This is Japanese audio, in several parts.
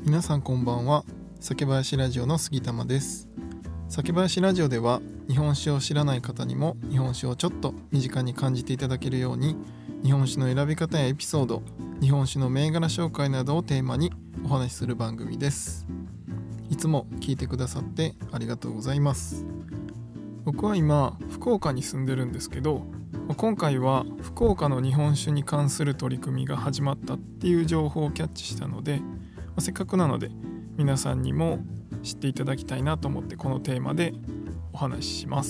皆さんこんばんは。酒林ラジオの杉玉です。酒林ラジオでは日本酒を知らない方にも日本酒をちょっと身近に感じていただけるように、日本酒の選び方やエピソード、日本酒の銘柄紹介などをテーマにお話しする番組です。いつも聞いてくださってありがとうございます。僕は今福岡に住んでるんですけど、今回は福岡の日本酒に関する取り組みが始まったっていう情報をキャッチしたので、せっかくなので皆さんにも知っていただきたいなと思ってこのテーマでお話しします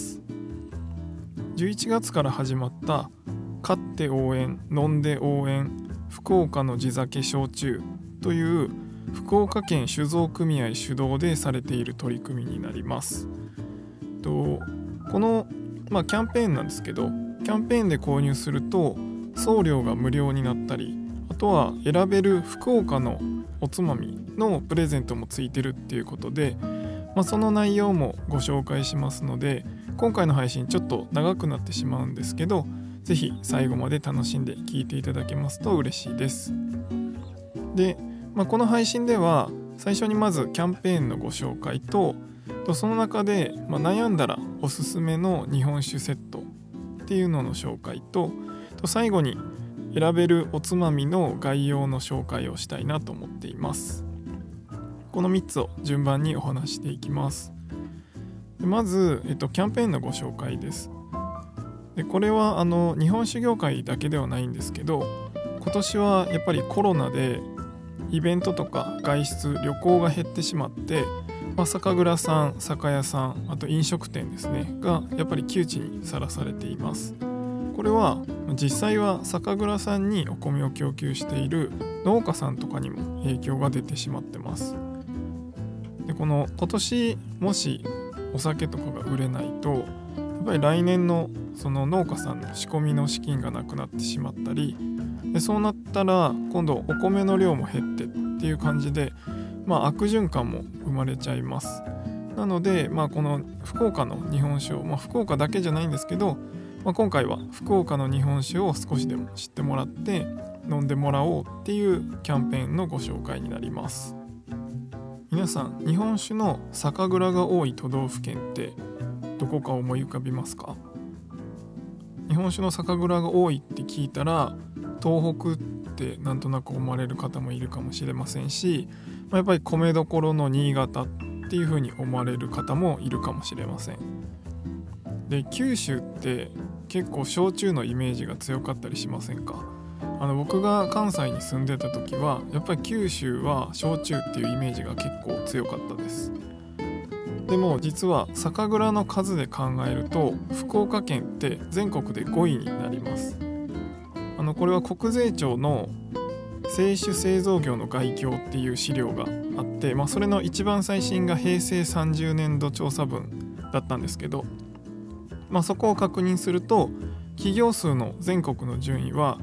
。11月から始まった買って応援、飲んで応援福岡の地酒焼酎という福岡県酒造組合主導でされている取り組みになります。この、キャンペーンなんですけど、キャンペーンで購入すると送料が無料になったり、あとは選べる福岡のおつまみのプレゼントもついてるっていうことで、その内容もご紹介しますので、今回の配信ちょっと長くなってしまうんですけど、ぜひ最後まで楽しんで聞いていただけますと嬉しいです。で、この配信では最初にまずキャンペーンのご紹介と、その中で、悩んだらおすすめの日本酒セットっていうのの紹介と、最後に選べるおつまみの概要の紹介をしたいなと思っています。この3つを順番にお話していきます。でまず、キャンペーンのご紹介です。でこれは日本酒業界だけではないんですけど、今年はやっぱりコロナでイベントとか外出旅行が減ってしまって、酒蔵さん、酒屋さん、あと飲食店ですねがやっぱり窮地にさらされています。これは実際は酒蔵さんにお米を供給している農家さんとかにも影響が出てしまってます。で今年もしお酒とかが売れないと、やっぱり来年のその農家さんの仕込みの資金がなくなってしまったり、でそうなったら今度お米の量も減ってっていう感じで、悪循環も生まれちゃいます。なので、この福岡の日本酒を、福岡だけじゃないんですけど、今回は福岡の日本酒を少しでも知ってもらって飲んでもらおうっていうキャンペーンのご紹介になります。皆さん、日本酒の酒蔵が多い都道府県ってどこか思い浮かびますか？日本酒の酒蔵が多いって聞いたら東北ってなんとなく思われる方もいるかもしれませんし、やっぱり米どころの新潟っていう風に思われる方もいるかもしれません。で九州って結構焼酎のイメージが強かったりしませんか？僕が関西に住んでた時はやっぱり九州は焼酎っていうイメージが結構強かったです。でも実は酒蔵の数で考えると福岡県って全国で5位になります。これは国税庁の清酒製造業の概況っていう資料があって、それの一番最新が平成30年度調査分だったんですけど、そこを確認すると企業数の全国の順位は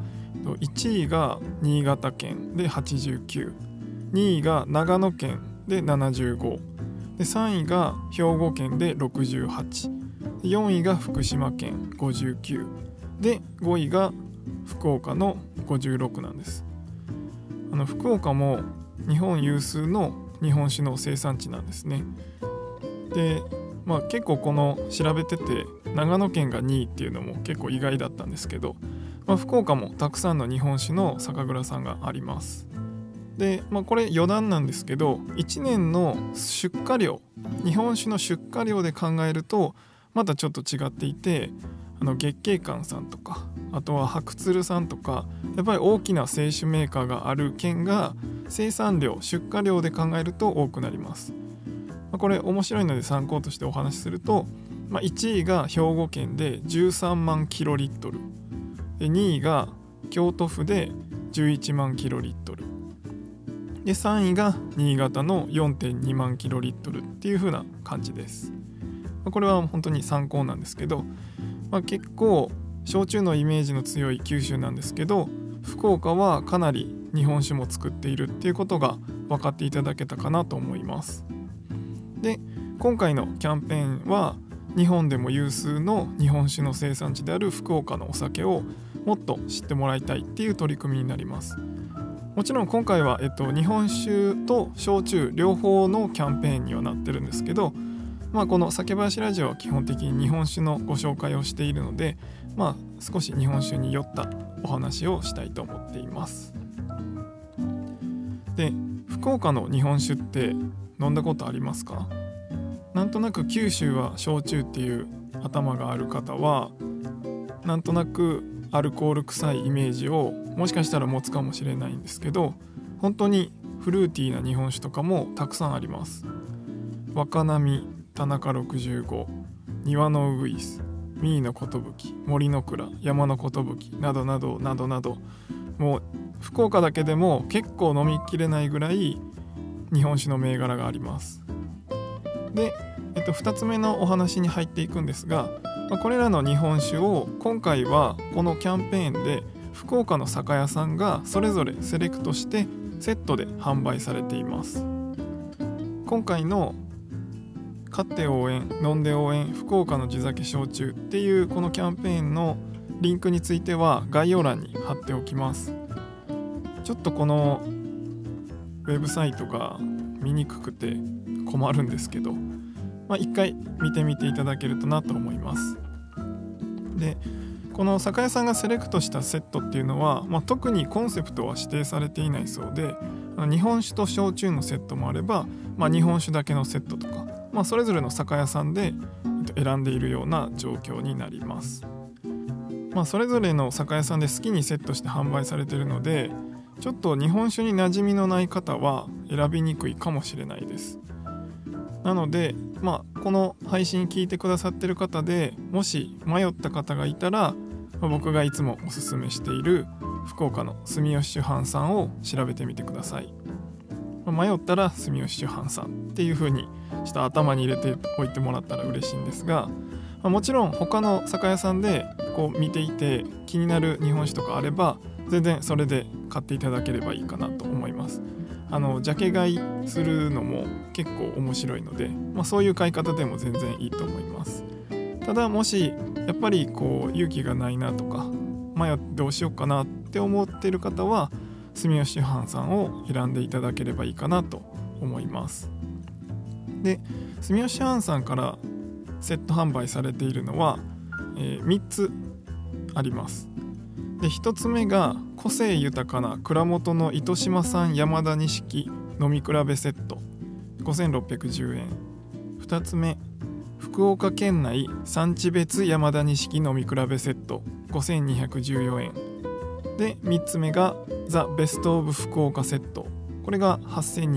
1位が新潟県で89、2位が長野県で75で、3位が兵庫県で68、4位が福島県59で、5位が福岡の56なんです。福岡も日本有数の日本酒の生産地なんですね。で、結構この調べてて長野県が2位っていうのも結構意外だったんですけど、福岡もたくさんの日本酒の酒蔵さんがあります。で、これ余談なんですけど、1年の出荷量、日本酒の出荷量で考えるとまたちょっと違っていて、月桂冠さんとか、あとは白鶴さんとか、やっぱり大きな清酒メーカーがある県が生産量、出荷量で考えると多くなります。これ面白いので参考としてお話しすると、1位が兵庫県で13万キロリットルで、2位が京都府で11万キロリットルで、3位が新潟の 4.2 万キロリットルっていう風な感じです。これは本当に参考なんですけど、結構焼酎のイメージの強い九州なんですけど、福岡はかなり日本酒も作っているっていうことが分かっていただけたかなと思います。で、今回のキャンペーンは日本でも有数の日本酒の生産地である福岡のお酒をもっと知ってもらいたいっていう取り組みになります。 もちろん今回は、日本酒と焼酎両方のキャンペーンにはなってるんですけど、この酒林ラジオは基本的に日本酒のご紹介をしているので、少し日本酒に酔ったお話をしたいと思っています。で、福岡の日本酒って飲んだことありますか？なんとなく九州は焼酎っていう頭がある方は、なんとなくアルコール臭いイメージをもしかしたら持つかもしれないんですけど、本当にフルーティーな日本酒とかもたくさんあります。若波、田中65、庭のウグイス、三井の寿、森の蔵、山の寿などなどなどなど、もう福岡だけでも結構飲みきれないぐらい日本酒の銘柄があります。で、2つ目のお話に入っていくんですが、これらの日本酒を今回はこのキャンペーンで福岡の酒屋さんがそれぞれセレクトしてセットで販売されています。今回の買って応援、飲んで応援福岡の地酒焼酎っていうこのキャンペーンのリンクについては概要欄に貼っておきます。ちょっとこのウェブサイトが見にくくて困るんですけど、一回見てみていただけるとなと思います。で、この酒屋さんがセレクトしたセットっていうのは、特にコンセプトは指定されていないそうで、日本酒と焼酎のセットもあれば、日本酒だけのセットとか、それぞれの酒屋さんで選んでいるような状況になります。それぞれの酒屋さんで好きにセットして販売されているので、ちょっと日本酒に馴染みのない方は選びにくいかもしれないです。なので、この配信聞いてくださってる方でもし迷った方がいたら、僕がいつもおすすめしている福岡の住吉酒販さんを調べてみてください。迷ったら住吉酒販さんっていう風にちょっと頭に入れておいてもらったら嬉しいんですが、もちろん他の酒屋さんでこう見ていて気になる日本酒とかあれば全然それで買っていただければいいかなと思います。ジャケ買いするのも結構面白いので、そういう買い方でも全然いいと思います。ただもしやっぱりこう勇気がないなとか迷ってどうしようかなって思っている方は住吉酒販さんを選んでいただければいいかなと思います。で、住吉酒販さんからセット販売されているのは、3つあります。で、1つ目が個性豊かな蔵元の糸島産山田錦飲み比べセット5610円。2つ目、福岡県内産地別山田錦飲み比べセット5214円で、3つ目がザ・ベストオブ福岡セット、これが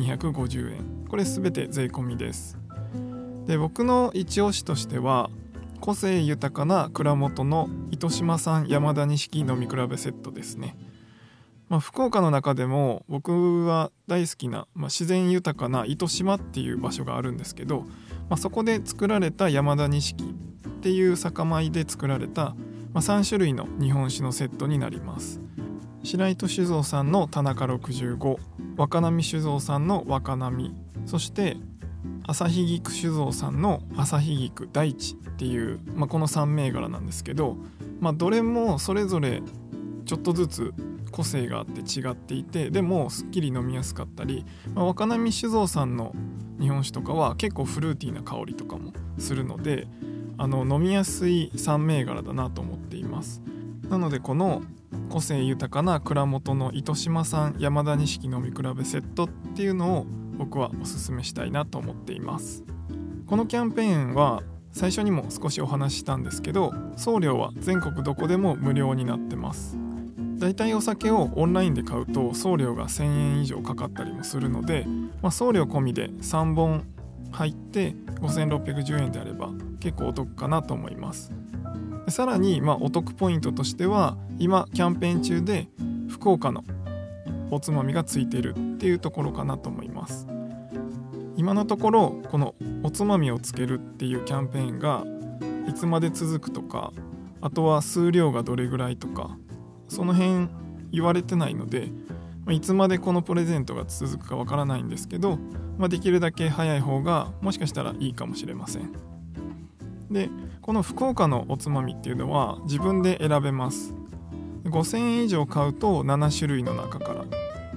8250円。これすべて税込みです。で、僕の一押しとしては個性豊かな蔵元の糸島産山田錦飲み比べセットですね。福岡の中でも僕は大好きな、自然豊かな糸島っていう場所があるんですけど、そこで作られた山田錦っていう酒米で作られた、3種類の日本酒のセットになります。白糸酒造さんの田中65、若波酒造さんの若波、そして旭菊酒造さんの旭菊大地っていう、この3銘柄なんですけど、どれもそれぞれちょっとずつ個性があって違っていて、でもすっきり飲みやすかったり、若波酒造さんの日本酒とかは結構フルーティーな香りとかもするので、飲みやすい3銘柄だなと思っています。なのでこの個性豊かな蔵元の糸島産山田錦飲み比べセットっていうのを僕はおすすめしたいなと思っています。このキャンペーンは最初にも少しお話ししたんですけど、送料は全国どこでも無料になってます。だいたいお酒をオンラインで買うと送料が1000円以上かかったりもするので、送料込みで3本入って5610円であれば結構お得かなと思います。でさらにお得ポイントとしては、今キャンペーン中で福岡のおつまみがついているっていうところかなと思います。今のところこのおつまみをつけるっていうキャンペーンがいつまで続くとか、あとは数量がどれぐらいとか、その辺言われてないので、いつまでこのプレゼントが続くかわからないんですけど、できるだけ早い方がもしかしたらいいかもしれません。で、この福岡のおつまみっていうのは自分で選べます。5000円以上買うと7種類の中から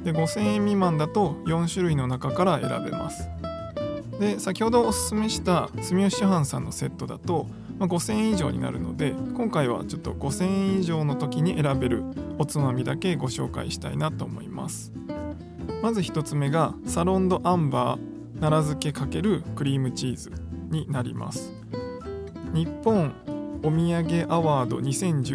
で5000円未満だと4種類の中から選べます。で先ほどおすすめした住吉藩さんのセットだと、5000円以上になるので、今回はちょっと5000円以上の時に選べるおつまみだけご紹介したいなと思います。まず1つ目がサロンドアンバー奈良漬け×クリームチーズになります。日本お土産アワード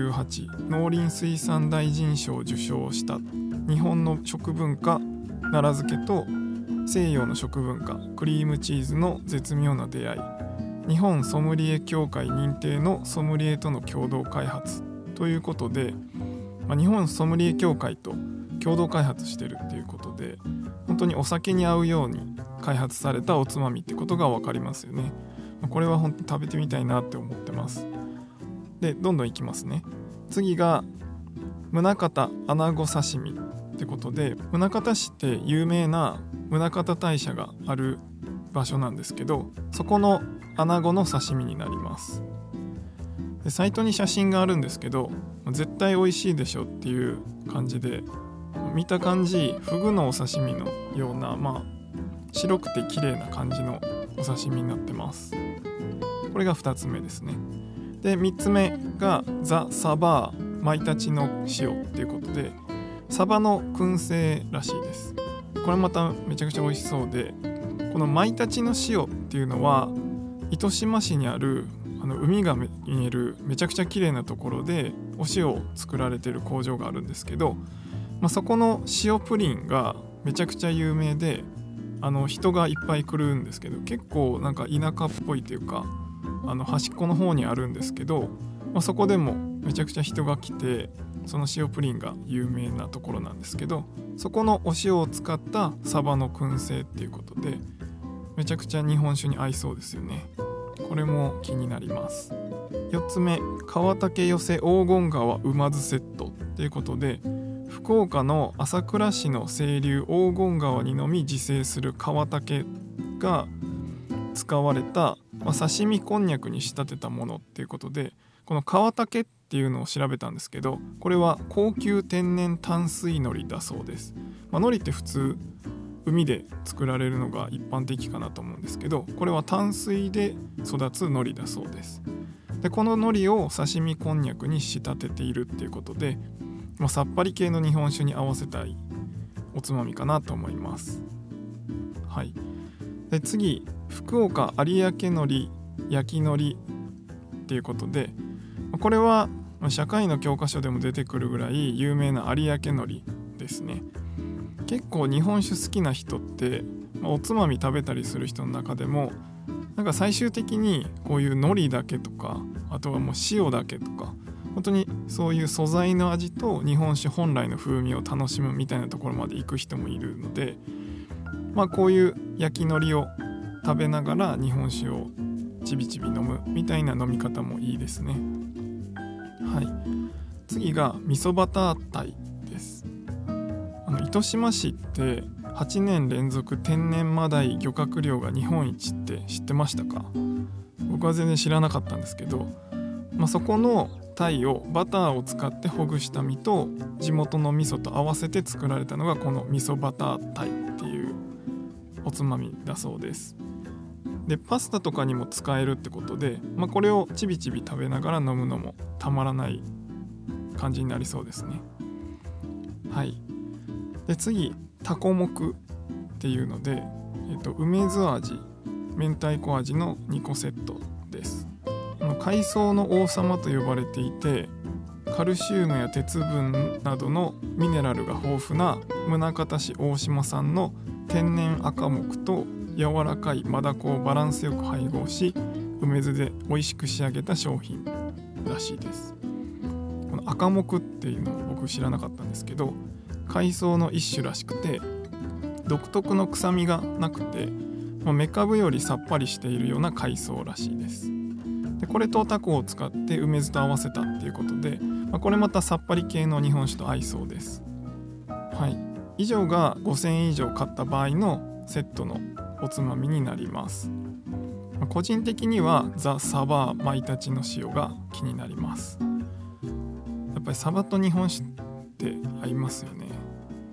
2018農林水産大臣賞を受賞した日本の食文化奈良漬けと西洋の食文化クリームチーズの絶妙な出会い、日本ソムリエ協会認定のソムリエとの共同開発ということで、日本ソムリエ協会と共同開発してるっていうことで、本当にお酒に合うように開発されたおつまみってことが分かりますよね。これは本当に食べてみたいなって思ってます。でどんどんいきますね。次が宗像穴子刺身ってことで、宗像市って有名な宗像大社がある場所なんですけど、そこの穴子の刺身になります。でサイトに写真があるんですけど、絶対美味しいでしょっていう感じで、見た感じフグのお刺身のような、白くて綺麗な感じのお刺身になってます。これが2つ目ですね。で3つ目がザ・サバーマイタチの塩っていうことで、サバの燻製らしいです。これまためちゃくちゃ美味しそうで、このマイタチの塩っていうのは糸島市にある海が見えるめちゃくちゃ綺麗なところでお塩を作られている工場があるんですけど、そこの塩プリンがめちゃくちゃ有名で、人がいっぱい来るんですけど、結構なんか田舎っぽいというか端っこの方にあるんですけど、そこでもめちゃくちゃ人が来て、その塩プリンが有名なところなんですけど、そこのお塩を使ったサバの燻製っていうことで、めちゃくちゃ日本酒に合いそうですよね。これも気になります。4つ目川竹寄せ黄金川馬津セットっていうことで、福岡の朝倉市の清流黄金川にのみ自生する川竹が使われた、刺身こんにゃくに仕立てたものっていうことで、この川竹っていうのを調べたんですけど、これは高級天然淡水海苔だそうです。海苔って普通海で作られるのが一般的かなと思うんですけど、これは淡水で育つ海苔だそうです。でこの海苔を刺身こんにゃくに仕立てているっていうことで、さっぱり系の日本酒に合わせたいおつまみかなと思います。はい。で次福岡有明海苔焼き海苔っていうことで、これは社会の教科書でも出てくるぐらい有名な有明海苔ですね。結構日本酒好きな人って、おつまみ食べたりする人の中でもなんか最終的にこういう海苔だけとか、あとはもう塩だけとか、本当にそういう素材の味と日本酒本来の風味を楽しむみたいなところまで行く人もいるので、こういう焼き海苔を食べながら日本酒をちびちび飲むみたいな飲み方もいいですね。はい。次が味噌バター鯛です。糸島市って8年連続天然マダイ漁獲量が日本一って知ってましたか？僕は全然知らなかったんですけど、そこの鯛をバターを使ってほぐした身と地元の味噌と合わせて作られたのがこの味噌バター鯛っていうおつまみだそうです。でパスタとかにも使えるってことで、これをちびちび食べながら飲むのもたまらない感じになりそうですね。はい。で次タコモクっていうので、梅酢味明太子味の2個セットです。海藻の王様と呼ばれていて、カルシウムや鉄分などのミネラルが豊富な宗像市大島産の天然赤木と柔らかいマダコをバランスよく配合し、梅酢で美味しく仕上げた商品らしいです。この赤木っていうのを僕知らなかったんですけど、海藻の一種らしくて、独特の臭みがなくて、メカブよりさっぱりしているような海藻らしいです。でこれとタコを使って梅酢と合わせたっていうことで、これまたさっぱり系の日本酒と合いそうです。はい。以上が5000円以上買った場合のセットのおつまみになります。個人的にはザ・サバーマイタチの塩が気になります。やっぱりサバと日本酒って合いますよね。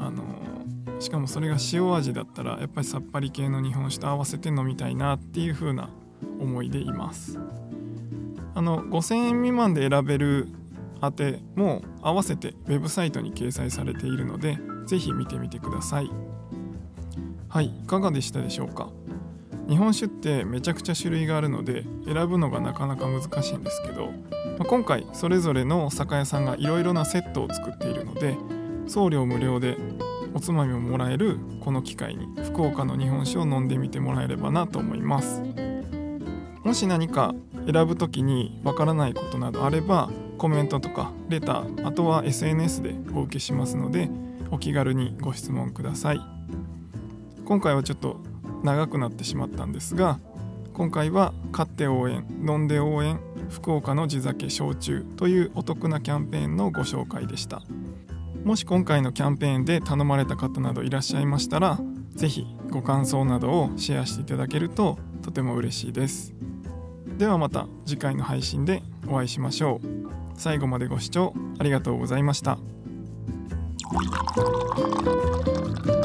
しかもそれが塩味だったらやっぱりさっぱり系の日本酒と合わせて飲みたいなっていう風な思いでいます。5000円未満で選べるあても合わせてウェブサイトに掲載されているのでぜひ見てみてください。はい、いかがでしたでしょうか。日本酒ってめちゃくちゃ種類があるので選ぶのがなかなか難しいんですけど、今回それぞれの酒屋さんがいろいろなセットを作っているので送料無料でおつまみをもらえるこの機会に福岡の日本酒を飲んでみてもらえればなと思います。もし何か選ぶときにわからないことなどあればコメントとかレター、あとは SNS でお受けしますのでお気軽にご質問ください。今回はちょっと長くなってしまったんですが、今回は買って応援、飲んで応援福岡の地酒焼酎というお得なキャンペーンのご紹介でした。もし今回のキャンペーンで頼まれた方などいらっしゃいましたらぜひご感想などをシェアしていただけるととても嬉しいです。ではまた次回の配信でお会いしましょう。最後までご視聴ありがとうございました。